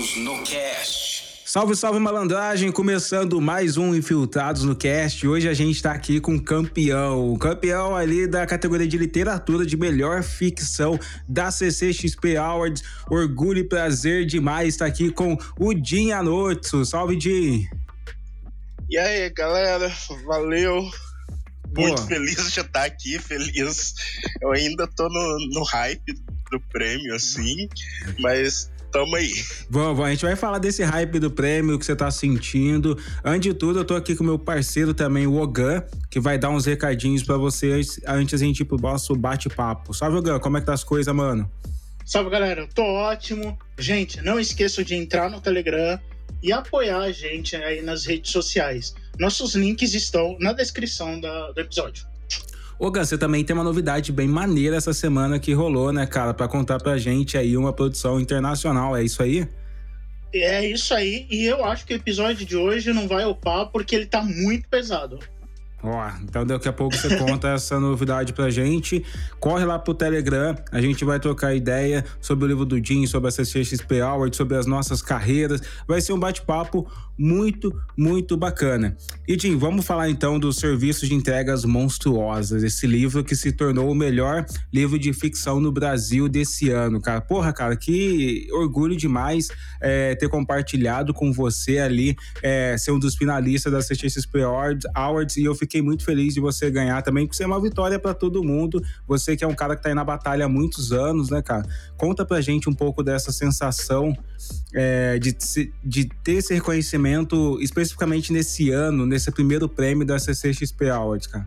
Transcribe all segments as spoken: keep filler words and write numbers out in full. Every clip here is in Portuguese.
Infiltrados no Cast. Salve, salve malandragem, começando mais um Infiltrados no Cast. Hoje a gente tá aqui com o campeão, o campeão ali da categoria de literatura de melhor ficção da C C X P Awards. Orgulho e prazer demais estar aqui com o Jim Anotsu. Salve, Jim! E aí, galera, valeu. Pô. Muito feliz de estar aqui, feliz. Eu ainda tô no, no hype do prêmio, assim, mas tamo aí. Vamos, a gente vai falar desse hype do prêmio, o que você tá sentindo. Antes de tudo, eu tô aqui com o meu parceiro também, o Ogan, que vai dar uns recadinhos pra vocês antes a gente ir pro nosso bate-papo. Salve, Ogan, como é que tá as coisas, mano? Salve, galera, tô ótimo. Gente, não esqueçam de entrar no Telegram e apoiar a gente aí nas redes sociais. Nossos links estão na descrição da, do episódio. Ô, Gan, você também tem uma novidade bem maneira essa semana que rolou, né, cara? Pra contar pra gente aí uma produção internacional, é isso aí? É isso aí, e eu acho que o episódio de hoje não vai upar porque ele tá muito pesado. Ó, então daqui a pouco você conta essa novidade pra gente. Corre lá pro Telegram, a gente vai trocar ideia sobre o livro do Jim, sobre a C C X P Awards, sobre as nossas carreiras. Vai ser um bate-papo muito, muito bacana. E Jim, vamos falar então dos Serviços de Entregas Monstruosas, esse livro que se tornou o melhor livro de ficção no Brasil desse ano, cara. Porra, cara, que orgulho demais é, ter compartilhado com você ali, é, ser um dos finalistas da C C X P Awards, e eu fiquei Fiquei muito feliz de você ganhar também, porque você é uma vitória pra todo mundo. Você que é um cara que tá aí na batalha há muitos anos, né, cara? Conta pra gente um pouco dessa sensação é, de, de ter esse reconhecimento especificamente nesse ano, nesse primeiro prêmio da C C X P Awards, cara.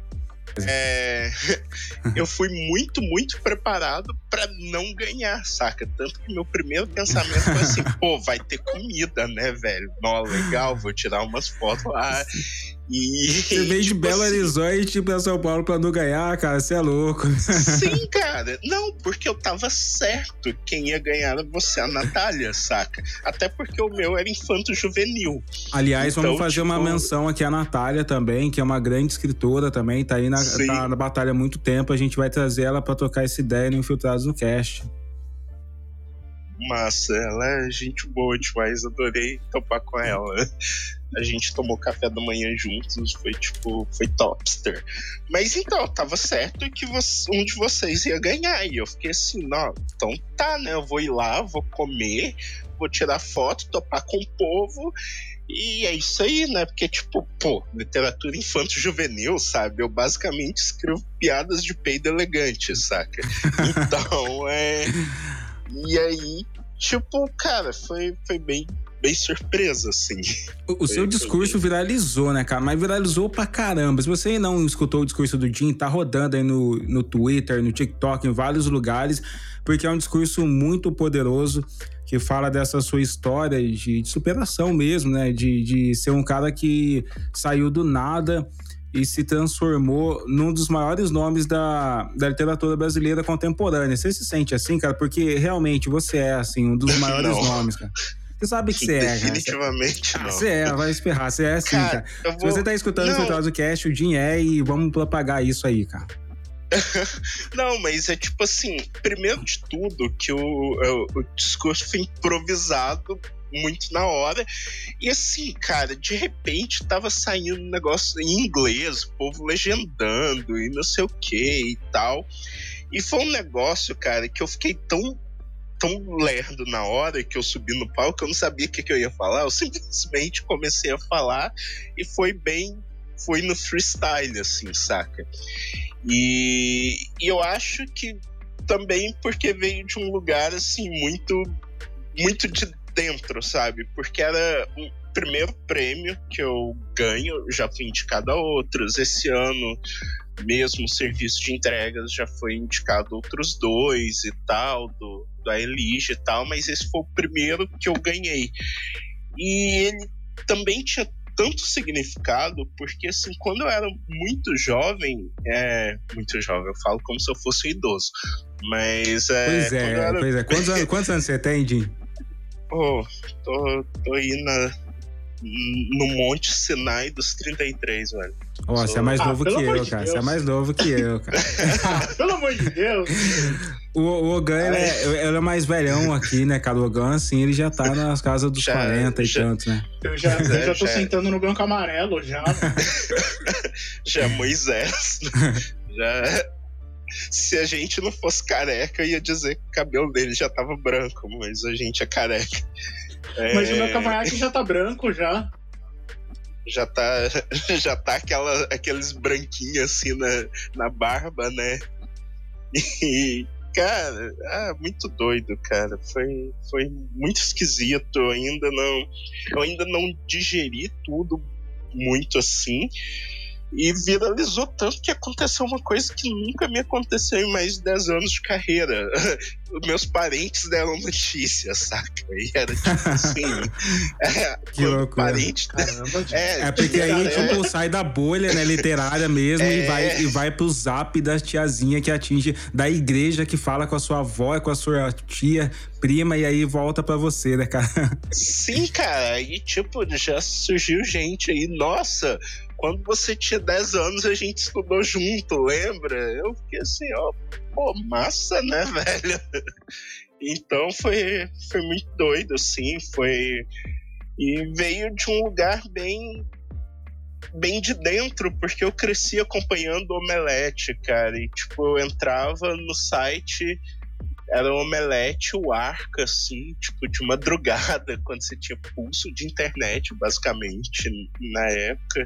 É, eu fui muito, muito preparado pra não ganhar, saca? Tanto que meu primeiro pensamento foi assim, pô, vai ter comida, né, velho? Nó, legal, vou tirar umas fotos lá. E, você veio tipo de Belo assim, Horizonte pra São Paulo pra não ganhar, cara, você é louco. Sim, cara. Não, porque eu tava certo. Quem ia ganhar era você, a Natália, saca? Até porque o meu era infanto-juvenil. Aliás, então, vamos fazer tipo... uma menção aqui à Natália também, que é uma grande escritora também, tá aí na, tá na batalha há muito tempo. A gente vai trazer ela pra trocar essa ideia no Infiltrados no Cast. Massa, ela é gente boa demais, adorei topar com ela. A gente tomou café da manhã juntos, foi tipo, foi topster. Mas então, eu tava certo que você, um de vocês ia ganhar. E eu fiquei assim, não, então tá, né? Eu vou ir lá, vou comer, vou tirar foto, topar com o povo. E é isso aí, né? Porque, tipo, pô, literatura infanto-juvenil, sabe? Eu basicamente escrevo piadas de peido elegante, saca? Então, é... E aí, tipo, cara, foi, foi bem, bem surpresa, assim. O, o seu discurso viralizou, né, cara? Mas viralizou pra caramba. Se você não escutou o discurso do Jim, tá rodando aí no, no Twitter, no TikTok, em vários lugares, porque é um discurso muito poderoso, que fala dessa sua história de, de superação mesmo, né? De, de ser um cara que saiu do nada e se transformou num dos maiores nomes da, da literatura brasileira contemporânea. Você se sente assim, cara? Porque realmente você é, assim, um dos maiores Não. nomes, cara. Você sabe que você é, cara. Definitivamente Ah, não. você é, vai esperrar. Você é assim, cara. cara. Se Vou... você tá escutando não. o Infiltrados do Cast, o Jim é, e vamos propagar isso aí, cara. Não, mas é tipo assim, primeiro de tudo, que o, o, o discurso foi improvisado muito na hora. E assim, cara, de repente tava saindo um negócio em inglês, o povo legendando e não sei o que e tal. E foi um negócio, cara, que eu fiquei tão, tão lerdo na hora que eu subi no palco, que eu não sabia o que, que eu ia falar. Eu simplesmente comecei a falar e foi bem, foi no freestyle, assim, saca? E, e eu acho que também porque veio de um lugar, assim, muito, muito de dentro, sabe? Porque era o primeiro prêmio que eu ganho, já fui indicado a outros. Esse ano, mesmo o serviço de entregas já foi indicado a outros dois e tal, do, da Elige e tal, mas esse foi o primeiro que eu ganhei. E ele também tinha tanto significado, porque assim, quando eu era muito jovem, é, muito jovem, eu falo como se eu fosse um idoso, mas é... Pois é, era... pois é. Quantos anos, quantos anos você tem, Jim? Pô, tô, tô aí na, no Monte Sinai dos trinta e três, velho. Ó, oh, você é mais ah, novo que eu, de cara. Deus. Você é mais novo que eu, cara. Ah, pelo amor de Deus. O, o Ogan, ele é, ele é mais velhão aqui, né, cara? O Ogan, assim, ele já tá nas casas dos já, quarenta já, e tantos, né? Eu já, eu já tô já. sentando no banco amarelo, já. Já Moisés. Já... Se a gente não fosse careca, eu ia dizer que o cabelo dele já tava branco, mas a gente é careca. Mas é... o meu cavanhaque já tá branco, já. Já tá, já tá aquela, aqueles branquinhos assim na, na barba, né? E, cara, ah, muito doido, cara. Foi, foi muito esquisito. Eu ainda não, eu ainda não digeri tudo muito assim. E viralizou tanto que aconteceu uma coisa que nunca me aconteceu em mais de dez anos de carreira. Meus parentes deram notícia, saca? E era tipo assim. É, que loucura. Parente... Caramba, é, é porque aí, é... tipo, sai da bolha, né, literária mesmo, é... e, vai, e vai pro zap da tiazinha que atinge, da igreja que fala com a sua avó, com a sua tia, prima, e aí volta pra você, né, cara? Sim, cara. E, tipo, já surgiu gente aí, nossa. Quando você tinha dez anos, a gente estudou junto, lembra? Eu fiquei assim, ó, pô, massa, né, velho? Então foi, foi muito doido, assim, foi... E veio de um lugar bem, bem de dentro, porque eu cresci acompanhando o Omelete, cara, e, tipo, eu entrava no site... Era o Omelete, o Arca, assim, tipo, de madrugada, quando você tinha pulso de internet, basicamente, na época.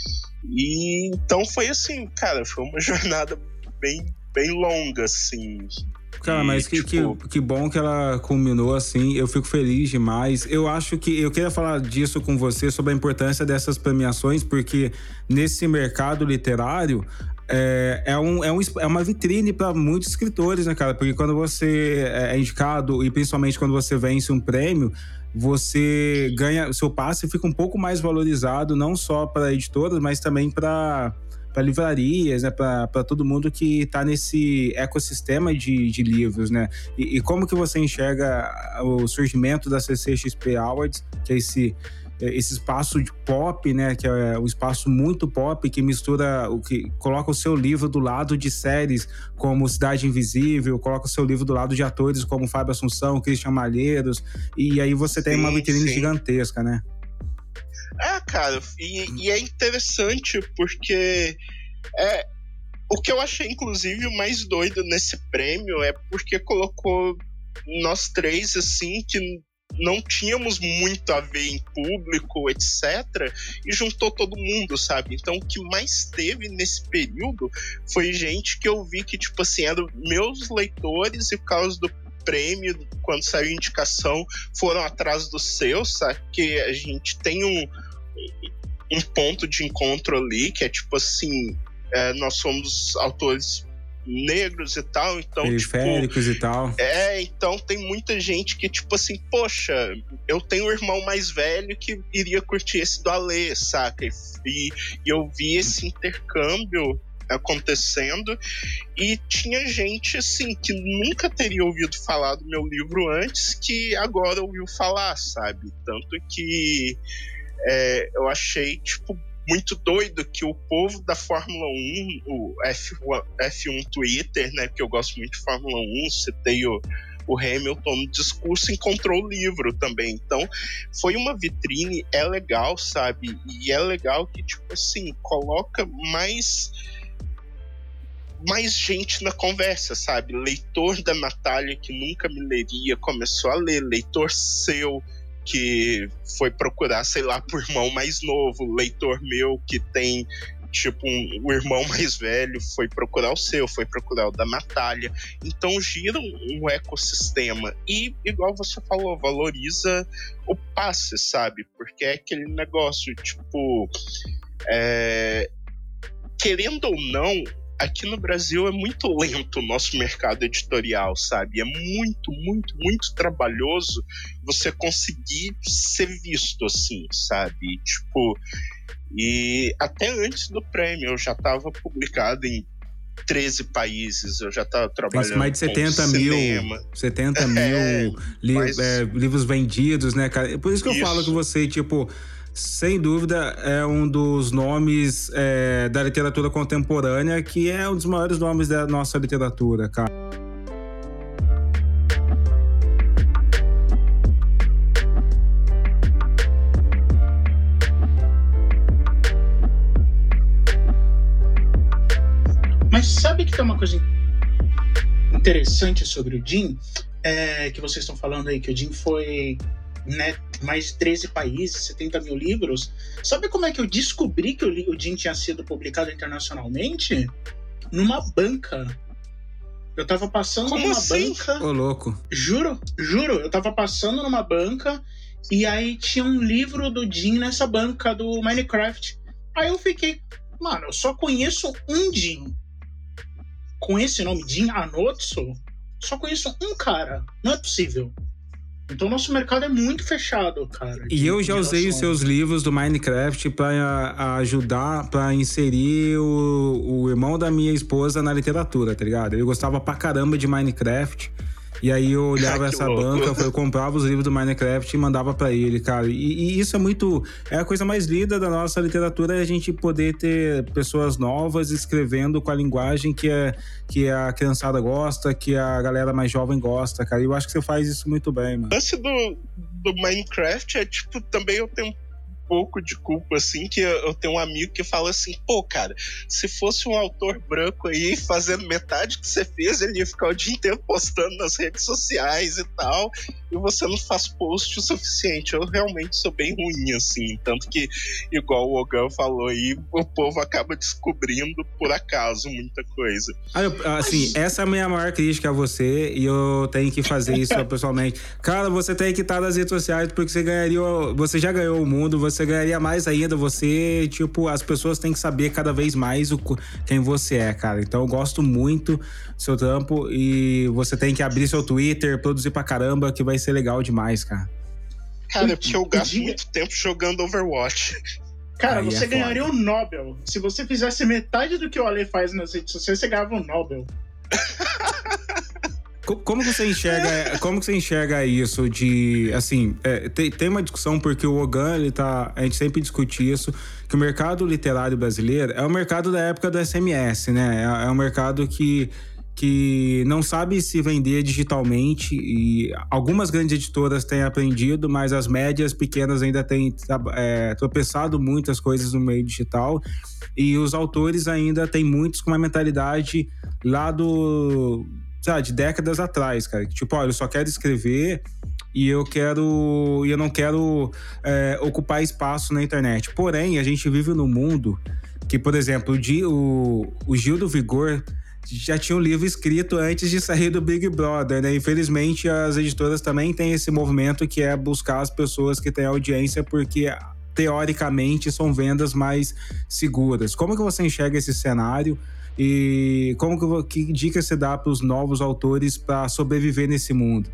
E então foi assim, cara, foi uma jornada bem, bem longa, assim. Cara, mas que, tipo... que, que bom que ela culminou assim, eu fico feliz demais. Eu acho que, eu queria falar disso com você, sobre a importância dessas premiações, porque nesse mercado literário, É, é, um, é, um, é uma vitrine para muitos escritores, né, cara? Porque quando você é indicado, e principalmente quando você vence um prêmio, você ganha, o seu passe fica um pouco mais valorizado, não só para editoras, mas também para para livrarias, né, para todo mundo que está nesse ecossistema de, de livros, né? E, e como que você enxerga o surgimento da C C X P Awards, que é esse esse espaço de pop, né, que é um espaço muito pop, que mistura, o que coloca o seu livro do lado de séries como Cidade Invisível, coloca o seu livro do lado de atores como Fábio Assunção, Christian Malheiros, e aí você tem sim, uma vitrine sim. gigantesca, né? É, cara, e, e é interessante porque é, o que eu achei, inclusive, o mais doido nesse prêmio é porque colocou nós três, assim, que não tínhamos muito a ver em público, etcétera, e juntou todo mundo, sabe? Então, o que mais teve nesse período foi gente que eu vi que, tipo assim, eram meus leitores e por causa do prêmio, quando saiu a indicação, foram atrás do seu, sabe? Que a gente tem um, um ponto de encontro ali, que é tipo assim, é, nós somos autores negros e tal, então periféricos tipo, e tal. É, então tem muita gente que tipo assim, poxa, eu tenho um irmão mais velho que iria curtir esse do Alê, saca? E, e eu vi esse intercâmbio acontecendo e tinha gente assim que nunca teria ouvido falar do meu livro antes, que agora ouviu falar, sabe? Tanto que é, eu achei tipo muito doido que o povo da Fórmula um, o F um Twitter, né, que eu gosto muito de Fórmula um, citei o, o Hamilton no discurso, encontrou o livro também. Então, foi uma vitrine, é legal, sabe? E é legal que, tipo assim, coloca mais, mais gente na conversa, sabe? Leitor da Natália, que nunca me leria, começou a ler. Leitor seu, que foi procurar, sei lá, por irmão mais novo. Leitor meu que tem, tipo, um, um irmão mais velho, foi procurar o seu, foi procurar o da Natália. Então gira um, um ecossistema. E, igual você falou, valoriza o passe, sabe? Porque é aquele negócio, tipo... É... Querendo ou não, aqui no Brasil é muito lento o nosso mercado editorial, sabe? É muito, muito, muito trabalhoso você conseguir ser visto assim, sabe? Tipo, e até antes do prêmio eu já estava publicado em treze países, eu já estava trabalhando Tem mais de setenta com mil, cinema. setenta mil é, li- mas... é, livros vendidos, né, cara? Por isso que eu isso. falo que você, tipo... Sem dúvida, é um dos nomes é, da literatura contemporânea, que é um dos maiores nomes da nossa literatura, cara. Mas sabe que tem uma coisa interessante sobre o Jim? É, que vocês estão falando aí, que o Jim foi, né, mais de treze países, setenta mil livros. Sabe como é que eu descobri que o, o Jim tinha sido publicado internacionalmente? Numa banca. Eu tava passando Como numa assim? banca... Ô, louco. Juro, juro. Eu tava passando numa banca e aí tinha um livro do Jim nessa banca do Minecraft. Aí eu fiquei... Mano, eu só conheço um Jim. Com esse nome, Jim Anotsu, só conheço um cara. Não é possível. Então o nosso mercado é muito fechado, cara. E eu já usei os seus livros do Minecraft para ajudar, para inserir o, o irmão da minha esposa na literatura, tá ligado? Ele gostava pra caramba de Minecraft. E aí eu olhava essa louco. banca, eu comprava os livros do Minecraft e mandava pra ele, cara. E, e isso é muito... É a coisa mais linda da nossa literatura, é a gente poder ter pessoas novas escrevendo com a linguagem que, é, que a criançada gosta, que a galera mais jovem gosta, cara. E eu acho que você faz isso muito bem, mano. O lance do, do Minecraft é, tipo, também eu tenho pouco de culpa, assim, que eu tenho um amigo que fala assim, pô, cara, se fosse um autor branco aí fazendo metade que você fez, ele ia ficar o dia inteiro postando nas redes sociais e tal, e você não faz post o suficiente. Eu realmente sou bem ruim, assim, tanto que, igual o Ogan falou aí, o povo acaba descobrindo por acaso muita coisa. Ah, eu, assim, Mas... essa é a minha maior crítica a você, e eu tenho que fazer isso pessoalmente. Cara, você tem que estar nas redes sociais porque você ganharia, você já ganhou o mundo, você ganharia mais ainda, você, tipo, as pessoas têm que saber cada vez mais o, quem você é, cara. Então eu gosto muito do seu trampo e você tem que abrir seu Twitter, produzir pra caramba, que vai ser legal demais, cara. Cara, porque eu gasto muito tempo jogando Overwatch. Cara, Aí você é ganharia foda. o Nobel. Se você fizesse metade do que o Ale faz nas redes sociais, você ganhava o Nobel. Como que você enxerga, como que você enxerga isso de, assim, é, tem, tem uma discussão porque o Ogan, ele tá, a gente sempre discute isso, que o mercado literário brasileiro é o mercado da época do S M S, né? É, é um mercado que, que não sabe se vender digitalmente e algumas grandes editoras têm aprendido, mas as médias pequenas ainda têm é, tropeçado muitas coisas no meio digital e os autores ainda têm muitos com uma mentalidade lá do... sabe, de décadas atrás, cara. Tipo, olha, eu só quero escrever e eu quero... e eu não quero é, ocupar espaço na internet. Porém, a gente vive num mundo que, por exemplo, o, Gil, o, o Gil do Vigor já tinha um livro escrito antes de sair do Big Brother, né? Infelizmente, as editoras também têm esse movimento que é buscar as pessoas que têm audiência porque... teoricamente, são vendas mais seguras. Como que você enxerga esse cenário? E como que, que dica você dá para os novos autores para sobreviver nesse mundo?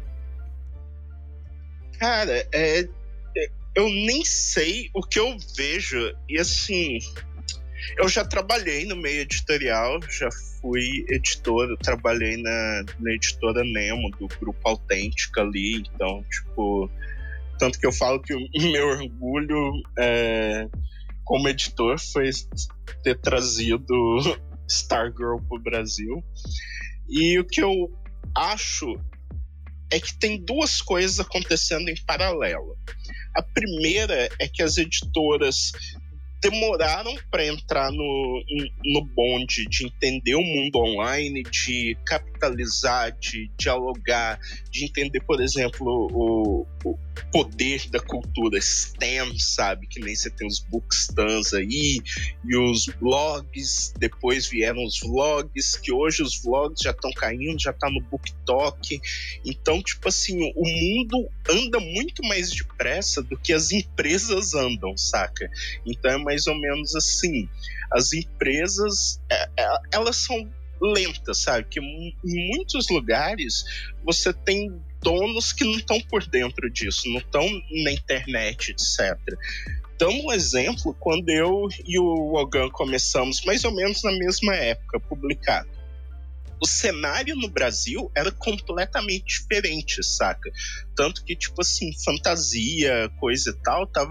Cara, é, eu nem sei o que eu vejo. E assim, eu já trabalhei no meio editorial, já fui editor, eu trabalhei na, na editora Nemo, do Grupo Autêntica ali. Então, tipo, tanto que eu falo que o meu orgulho é, como editor foi ter trazido Stargirl pro Brasil. E o que eu acho é que tem duas coisas acontecendo em paralelo. A primeira é que as editoras demoraram para entrar no, no bonde de entender o mundo online, de capitalizar, de dialogar, de entender, por exemplo, o, o poder da cultura STEM, sabe? Que nem você tem os bookstans aí, e os blogs, depois vieram os vlogs, que hoje os vlogs já estão caindo, já tá no BookTok. Então, tipo assim, o mundo anda muito mais depressa do que as empresas andam, saca? Então é mais ou menos assim, as empresas, é, é, elas são lentas, sabe? Que em muitos lugares você tem donos que não estão por dentro disso, não estão na internet, etcétera. Dando um exemplo, quando eu e o Ogan começamos, mais ou menos na mesma época, publicar, o cenário no Brasil era completamente diferente, saca? Tanto que, tipo assim, fantasia, coisa e tal, tava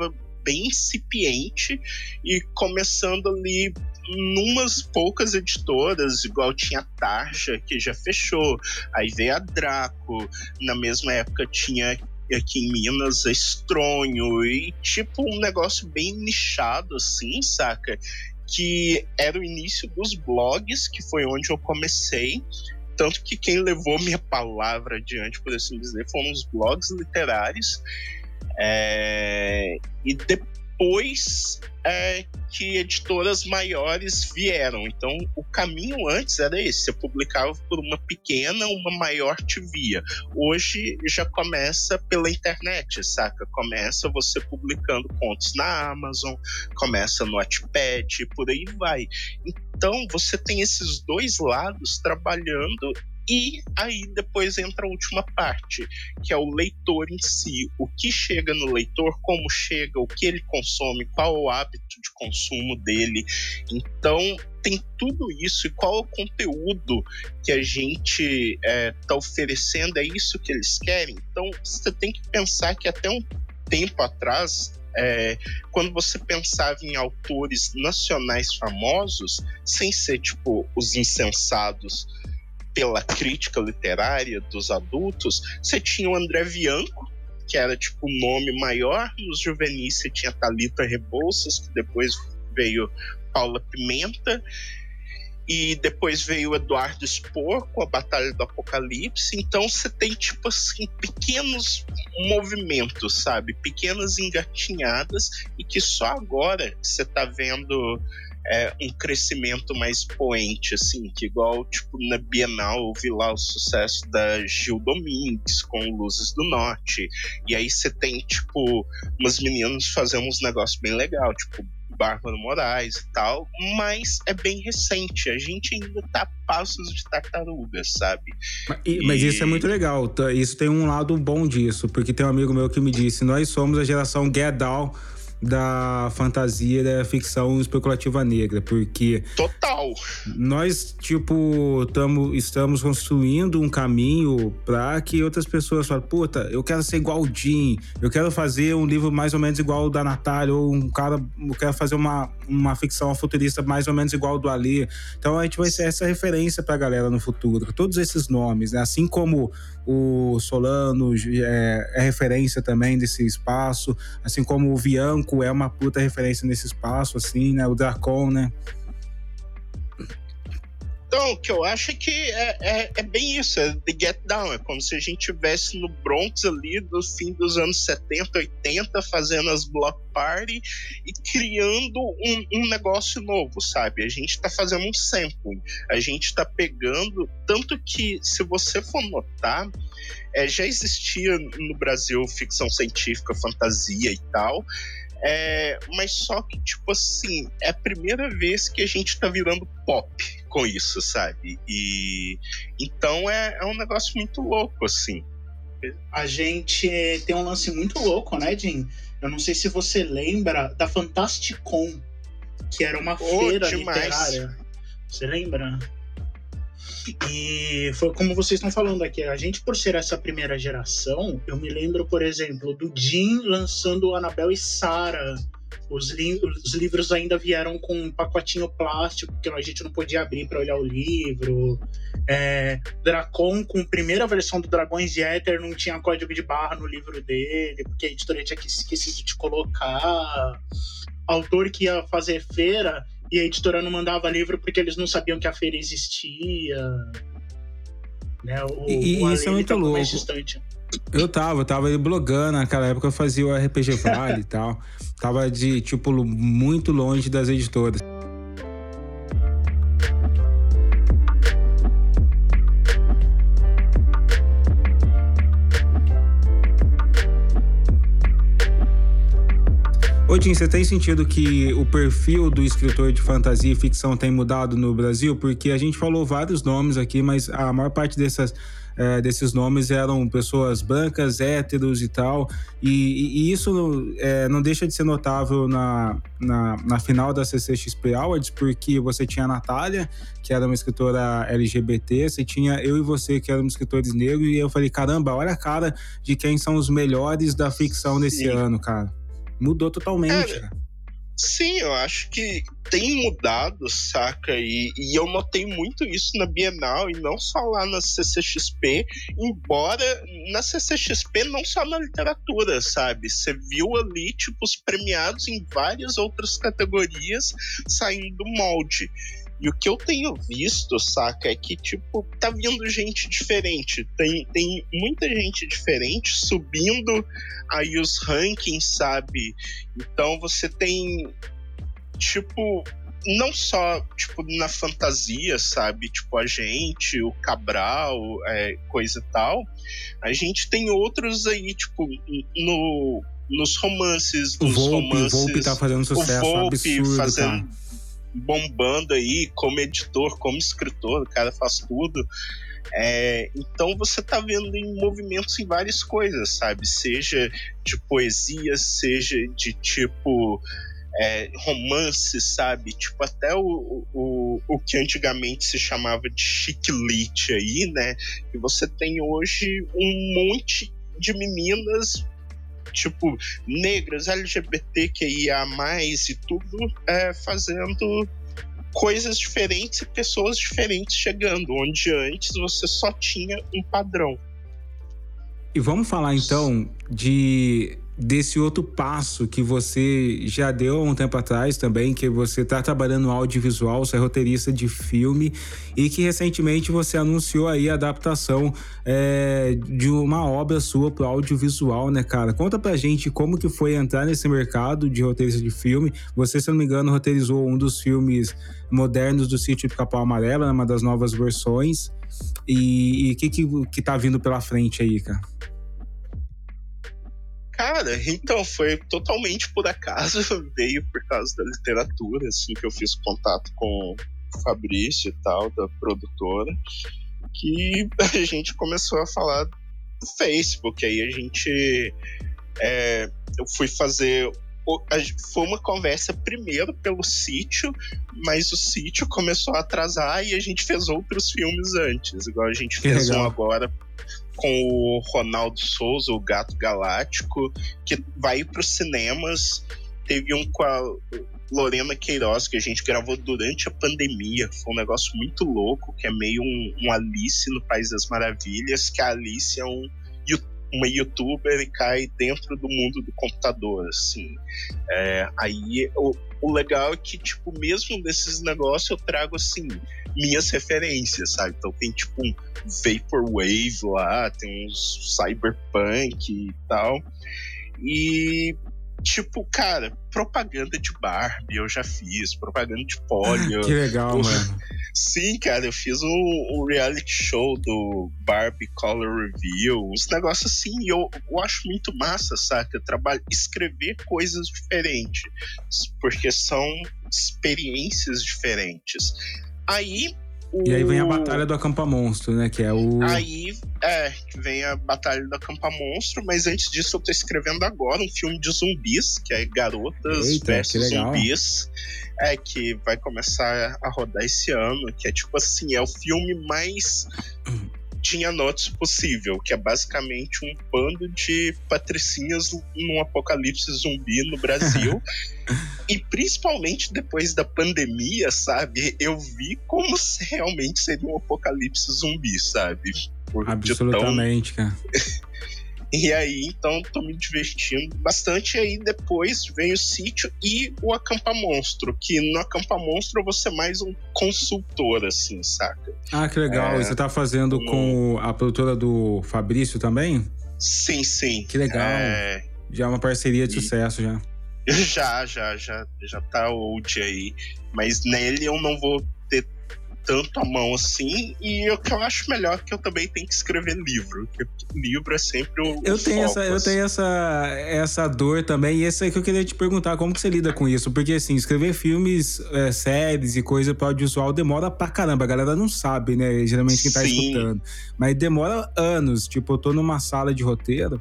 bem incipiente e começando ali numas poucas editoras, igual tinha a Tarja, que já fechou, aí veio a Draco, na mesma época tinha aqui em Minas a Estronho, e tipo um negócio bem nichado assim, saca? Que era o início dos blogs, que foi onde eu comecei, tanto que quem levou minha palavra adiante, por assim dizer, foram os blogs literários, é... e depois é, que editoras maiores vieram. Então o caminho antes era esse, você publicava por uma pequena, uma maior te via. Hoje já começa pela internet, saca? Começa você publicando contos na Amazon, começa no Wattpad, por aí vai. Então você tem esses dois lados trabalhando. E aí depois entra a última parte, que é o leitor em si. O que chega no leitor, como chega, o que ele consome, qual o hábito de consumo dele. Então tem tudo isso, e qual é o conteúdo que a gente está é, oferecendo, é isso que eles querem. Então você tem que pensar que até um tempo atrás, É, quando você pensava em autores nacionais famosos, sem ser tipo os incensados pela crítica literária dos adultos, você tinha o André Bianco, que era tipo um nome maior. Nos juvenis você tinha Thalita Rebouças, que depois veio Paula Pimenta, e depois veio o Eduardo Spor com a Batalha do Apocalipse. Então você tem tipo assim pequenos movimentos, sabe? Pequenas engatinhadas, e que só agora você tá vendo é, um crescimento mais poente, assim, que igual tipo na Bienal eu vi lá o sucesso da Gil Domingues com Luzes do Norte, e aí você tem tipo umas meninas fazendo uns negócios bem legal, tipo Bárbara Moraes e tal, mas é bem recente, a gente ainda tá a passos de tartaruga, sabe? Mas, e... mas isso é muito legal, isso tem um lado bom disso, porque tem um amigo meu que me disse, nós somos a geração Get Down da fantasia, da ficção especulativa negra, porque total, nós tipo tamo, estamos construindo um caminho para que outras pessoas falem, puta, eu quero ser igual o Jim, eu quero fazer um livro mais ou menos igual o da Natália, ou um cara, eu quero fazer uma, uma ficção futurista mais ou menos igual o do Ali. Então a gente vai ser essa referência pra galera no futuro, todos esses nomes, né? Assim como o Solano é, é referência também desse espaço, assim como o Bianco é uma puta referência nesse espaço, assim, né? O Dracon, né? Então, o que eu acho é que é, é, é bem isso, é The Get Down, é como se a gente estivesse no Bronx ali do fim dos anos setenta, oitenta, fazendo as block party e criando um, um negócio novo, sabe? A gente tá fazendo um sampling, a gente tá pegando, tanto que se você for notar, é, já existia no Brasil ficção científica, fantasia e tal, É, mas só que, tipo assim, é a primeira vez que a gente tá virando pop com isso, sabe? E então é, é um negócio muito louco, assim. A gente tem um lance muito louco, né, Jim? Eu não sei se você lembra da Fantasticon, que era uma oh, feira demais. literária. Você lembra? E foi como vocês estão falando aqui, a gente, por ser essa primeira geração, eu me lembro, por exemplo, do Jim lançando Anabel e Sara. Os, li- os livros ainda vieram com um pacotinho plástico que a gente não podia abrir para olhar o livro. É, Dracon, com a primeira versão do Dragões de Éter, não tinha código de barra no livro dele, porque a editora tinha esquecido de colocar. Autor que ia fazer feira e a editora não mandava livro porque eles não sabiam que a feira existia. Né? O, e o isso é muito louco. Eu tava, eu tava aí blogando, naquela época eu fazia o R P G Vale e tal. Tava de, tipo, muito longe das editoras. Ô, Jim, você tem sentido que o perfil do escritor de fantasia e ficção tem mudado no Brasil? Porque a gente falou vários nomes aqui, mas a maior parte dessas, é, desses nomes eram pessoas brancas, héteros e tal, e, e isso é, não deixa de ser notável na, na, na final da C C X P Awards, porque você tinha a Natália, que era uma escritora L G B T, você tinha eu e você, que éramos escritores negros, e eu falei, caramba, olha a cara de quem são os melhores da ficção desse ano, cara. Mudou totalmente, Cara, cara. Sim, eu acho que tem mudado, saca? E, e eu notei muito isso na Bienal, e não só lá na C C X P, embora na C C X P não só na literatura, sabe? Você viu ali, tipo, os premiados em várias outras categorias saindo do molde. E o que eu tenho visto, saca, é que, tipo, tá vindo gente diferente. Tem, tem muita gente diferente subindo aí os rankings, sabe? Então você tem, tipo, não só, tipo, na fantasia, sabe? Tipo, a gente, o Cabral, é, coisa e tal. A gente tem outros aí, tipo, no... nos romances, o nos Volpe, romances... O Volpe tá fazendo sucesso o Volpe absurdo, fazendo... cara. bombando aí como editor, como escritor, o cara faz tudo. É, então você tá vendo em movimentos em várias coisas, sabe? Seja de poesia, seja de tipo é, romance, sabe? Tipo até o, o, o que antigamente se chamava de chick lit aí, né? E você tem hoje um monte de meninas tipo, negras, L G B T Q I A mais, e tudo é, fazendo coisas diferentes e pessoas diferentes chegando, onde antes você só tinha um padrão. E vamos falar então de desse outro passo que você já deu há um tempo atrás também, que você está trabalhando no audiovisual, você é roteirista de filme e que recentemente você anunciou aí a adaptação é, de uma obra sua para o audiovisual, né, cara? Conta pra gente como que foi entrar nesse mercado de roteirista de filme. Você, se não me engano, roteirizou um dos filmes modernos do Sítio do Capão Amarelo, né, uma das novas versões. E o que, que que tá vindo pela frente aí, cara? Cara, então foi totalmente por acaso, veio por causa da literatura, assim, que eu fiz contato com o Fabrício e tal, da produtora, que a gente começou a falar do Facebook. Aí a gente, é, eu fui fazer, foi uma conversa primeiro pelo Sítio, mas o Sítio começou a atrasar e a gente fez outros filmes antes, igual a gente Que fez legal. um agora com o Ronaldo Souza, o Gato Galáctico, que vai para os cinemas. Teve um com a Lorena Queiroz, que a gente gravou durante a pandemia. Foi um negócio muito louco, que é meio um, um Alice no País das Maravilhas, que a Alice é um, uma youtuber e cai dentro do mundo do computador, assim. É, aí, o, o legal é que, tipo, mesmo desses negócios eu trago, assim, minhas referências, sabe? Então tem, tipo, um Vaporwave lá, tem uns cyberpunk e tal. E, tipo, cara, propaganda de Barbie eu já fiz, propaganda de Polly. Que legal, eu, mano. Sim, cara, eu fiz um, um reality show do Barbie Color Review, uns negócios assim, e eu, eu acho muito massa, saca? Trabalho, escrever coisas diferentes, porque são experiências diferentes. Aí o... E aí vem a Batalha do Acampa Monstro, né? Que é o... Aí, é, vem a Batalha do Acampa Monstro, mas antes disso eu tô escrevendo agora um filme de zumbis, que é Garotas Eita, versus Zumbis, é, que vai começar a rodar esse ano, que é tipo assim, é o filme mais tinha notes possível, que é basicamente um bando de patricinhas num apocalipse zumbi no Brasil. E principalmente depois da pandemia, sabe? Eu vi como realmente seria um apocalipse zumbi, sabe? Por Absolutamente, tão... cara. E aí, então, tô me divertindo bastante. E aí, depois vem o Sítio e o Acampa Monstro, que no Acampa Monstro eu vou ser mais um consultor, assim, saca? Ah, que legal. É... E você tá fazendo no... com a produtora do Fabrício também? Sim, sim. Que legal. É... Já é uma parceria de e... sucesso, já. Já, já, já, já tá old aí. Mas nele eu não vou ter tanto a mão assim, e o que eu acho melhor é que eu também tenho que escrever livro, porque livro é sempre o, eu o tenho foco, essa Eu assim. tenho essa, essa dor também, e essa aí que eu queria te perguntar, como que você lida com isso? Porque assim, escrever filmes, é, séries e coisa para audiovisual demora pra caramba, a galera não sabe, né, geralmente quem tá Sim. escutando, mas demora anos, tipo, eu tô numa sala de roteiro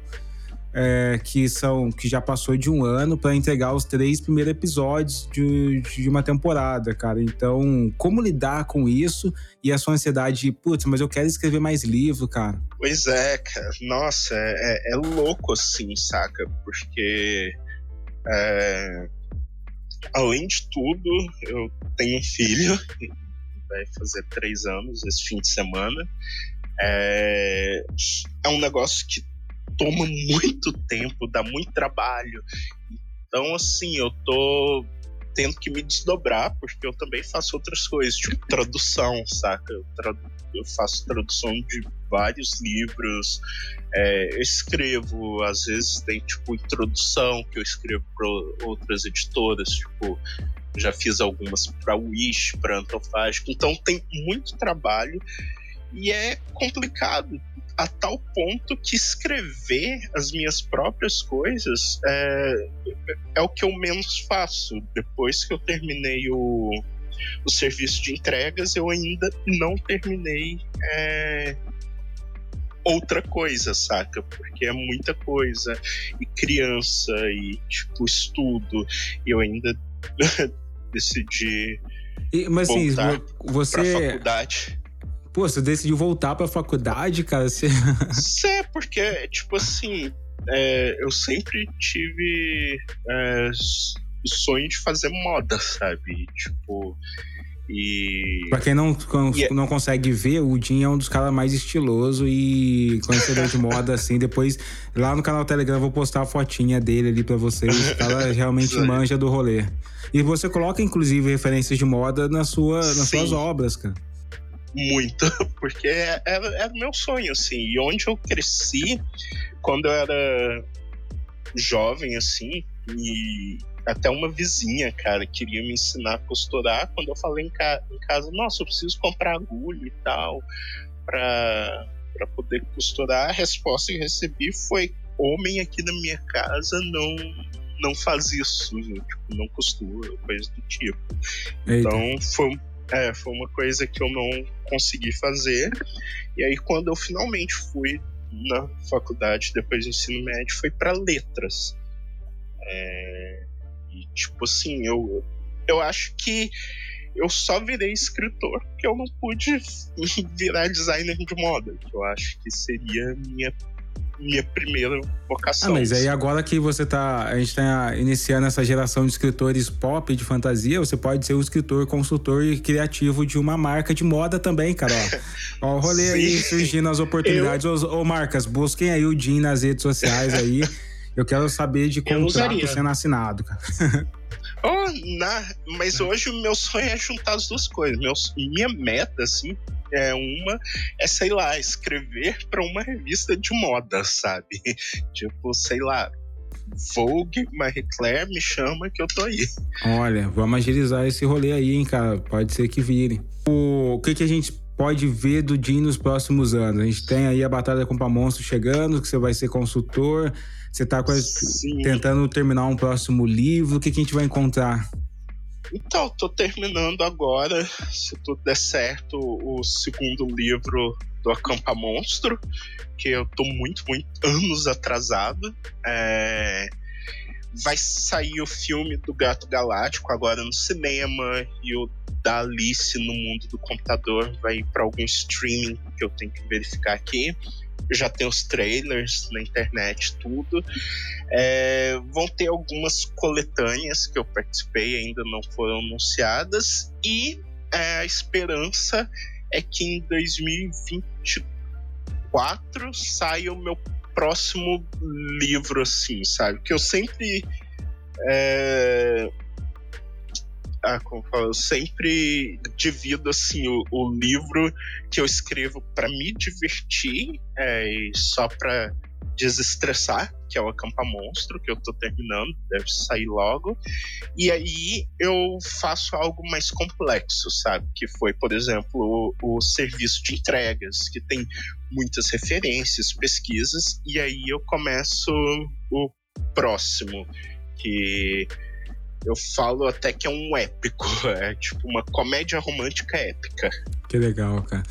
É, que, são, que já passou de um ano para entregar os três primeiros episódios de, de uma temporada, cara. Então, como lidar com isso e a sua ansiedade de, putz, mas eu quero escrever mais livro, cara? Pois é, cara. Nossa, é, é louco assim, saca? Porque É... Além de tudo, eu tenho um filho, vai fazer três anos esse fim de semana. É, é um negócio que toma muito tempo, dá muito trabalho. Então, assim, eu tô tendo que me desdobrar, porque eu também faço outras coisas, tipo tradução, saca? Eu, tra... eu faço tradução de vários livros, é, eu escrevo, às vezes tem, tipo, introdução que eu escrevo para outras editoras, tipo, já fiz algumas para Wish, para Antofágica, então tem muito trabalho e é complicado a tal ponto que escrever as minhas próprias coisas é, é o que eu menos faço. Depois que eu terminei o, o serviço de entregas, eu ainda não terminei é, outra coisa, saca? Porque é muita coisa, e criança, e tipo, estudo, e eu ainda decidi e, mas, voltar assim, você... pra faculdade. Pô, você decidiu voltar pra faculdade, cara? Você... É, porque, tipo assim, é, eu sempre tive é, sonho de fazer moda, sabe? Tipo, e... Pra quem não, e... não consegue ver, o Jim é um dos caras mais estiloso e conhecedor de moda, assim. Depois, lá no canal Telegram, eu vou postar a fotinha dele ali pra vocês. O cara realmente manja do rolê. E você coloca, inclusive, referências de moda na sua, nas suas obras, cara. Muito, porque era, era o meu sonho, assim, e onde eu cresci, quando eu era jovem, assim, e até uma vizinha, cara, queria me ensinar a costurar, quando eu falei em, ca- em casa, nossa, eu preciso comprar agulha e tal, pra, pra poder costurar, a resposta que recebi foi, homem aqui na minha casa não, não faz isso, tipo, não costura, coisa do tipo. Eita. Então, foi... É, foi uma coisa que eu não consegui fazer. E aí, quando eu finalmente fui na faculdade, depois do ensino médio, foi para letras. É, e, tipo assim, eu, eu acho que eu só virei escritor porque eu não pude virar designer de moda. Que eu acho que seria minha minha primeira vocação. Ah, mas aí agora que você tá... A gente tá iniciando essa geração de escritores pop de fantasia, você pode ser um escritor, consultor e criativo de uma marca de moda também, cara. Ó, ó o rolê aí surgindo as oportunidades. Eu... Ô, ô, marcas, busquem aí o Jim nas redes sociais aí. Eu quero saber de contrato sendo assinado, cara. Oh, na... Mas hoje o meu sonho é juntar as duas coisas. Meu... Minha meta, assim, é uma... É, sei lá, escrever pra uma revista de moda, sabe? Tipo, sei lá, Vogue, Marie Claire, me chama que eu tô aí. Olha, vamos agilizar esse rolê aí, hein, cara. Pode ser que vire. O, o que que a gente pode ver do Jim nos próximos anos? A gente tem aí a Batalha com o Monstro chegando, que você vai ser consultor. Você tá tentando terminar um próximo livro. O que, que a gente vai encontrar? Então, tô terminando agora, se tudo der certo, o segundo livro do Acampa Monstro, que eu tô muito, muito anos atrasado. É... Vai sair o filme do Gato Galáctico agora no cinema, e o da Alice no Mundo do Computador vai ir para algum streaming que eu tenho que verificar aqui. Já tem os trailers na internet, tudo. É, vão ter algumas coletâneas que eu participei, ainda não foram anunciadas. E é, a esperança é que em dois mil e vinte e quatro saia o meu próximo livro, assim, sabe? Que eu sempre... É, Ah, como eu falo, eu sempre divido assim, o, o livro que eu escrevo para me divertir é, e só para desestressar, que é o Acampa Monstro, que eu tô terminando, deve sair logo. E aí eu faço algo mais complexo, sabe? Que foi, por exemplo, o, o serviço de entregas, que tem muitas referências, pesquisas, e aí eu começo o próximo, que... Eu falo até que é um épico, é tipo uma comédia romântica épica. Que legal, cara.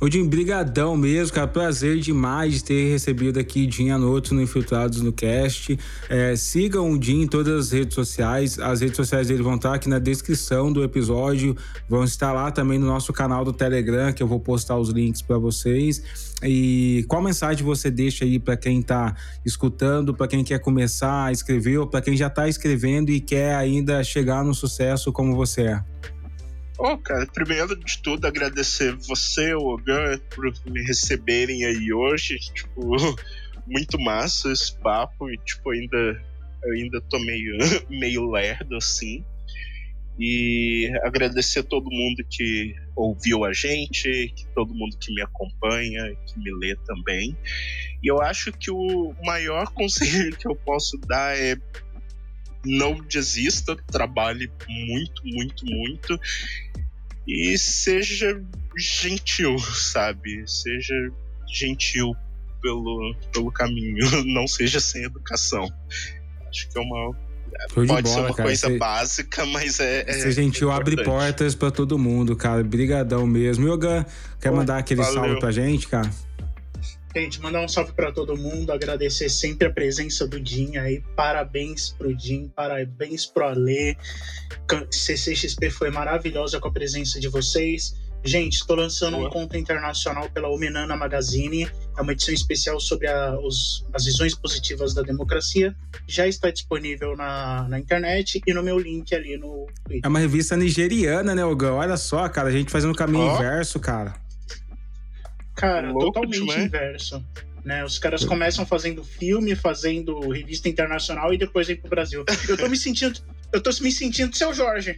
Ô, Jim, brigadão mesmo, cara. Prazer demais de ter recebido aqui Jim Anoto no Infiltrados no Cast. É, sigam o Jim em todas as redes sociais. As redes sociais dele vão estar aqui na descrição do episódio. Vão estar lá também no nosso canal do Telegram, que eu vou postar os links para vocês. E qual mensagem você deixa aí para quem tá escutando, para quem quer começar a escrever, ou para quem já tá escrevendo e quer ainda chegar no sucesso como você é? Oh, cara, primeiro de tudo, agradecer você, o Ogan, por me receberem aí hoje. Tipo, muito massa esse papo. E, tipo, ainda, eu ainda tô meio, meio lerdo, assim. E agradecer a todo mundo que ouviu a gente, que todo mundo que me acompanha, que me lê também. E eu acho que o maior conselho que eu posso dar é: não desista, trabalhe muito, muito, muito e seja gentil, sabe? Seja gentil pelo, pelo caminho, não seja sem educação. Acho que é uma... Show pode bola, ser uma cara. coisa Ser, básica, mas é... é ser gentil é abre portas pra todo mundo, cara. Brigadão mesmo. Yogan, quer Bom, mandar aquele valeu. salve pra gente, cara? Gente, mandar um salve para todo mundo, agradecer sempre a presença do Jim aí, parabéns pro Jim, parabéns pro Alê. C C X P foi maravilhosa com a presença de vocês. Gente, estou lançando Boa. um conto internacional pela Omenana Magazine, é uma edição especial sobre a, os, as visões positivas da democracia, já está disponível na, na internet e no meu link ali no Twitter. É uma revista nigeriana, né, Ogão? Olha só, cara, a gente fazendo o caminho oh. inverso, cara. Cara, Louco, totalmente né? inverso. Né? Os caras começam fazendo filme, fazendo revista internacional e depois vem pro Brasil. Eu tô me sentindo, eu tô me sentindo seu Jorge.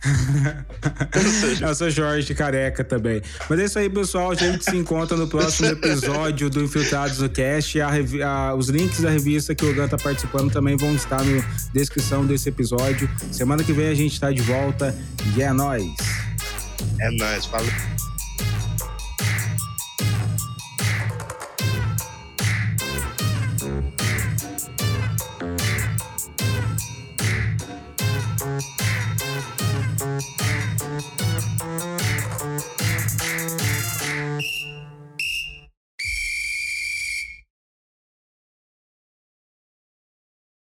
Eu sou Jorge Careca também. Mas é isso aí, pessoal. A gente se encontra no próximo episódio do Infiltrados no Cast. A revi- a, os links da revista que o Ogan tá participando também vão estar na descrição desse episódio. Semana que vem a gente tá de volta e é nóis. É nóis, valeu.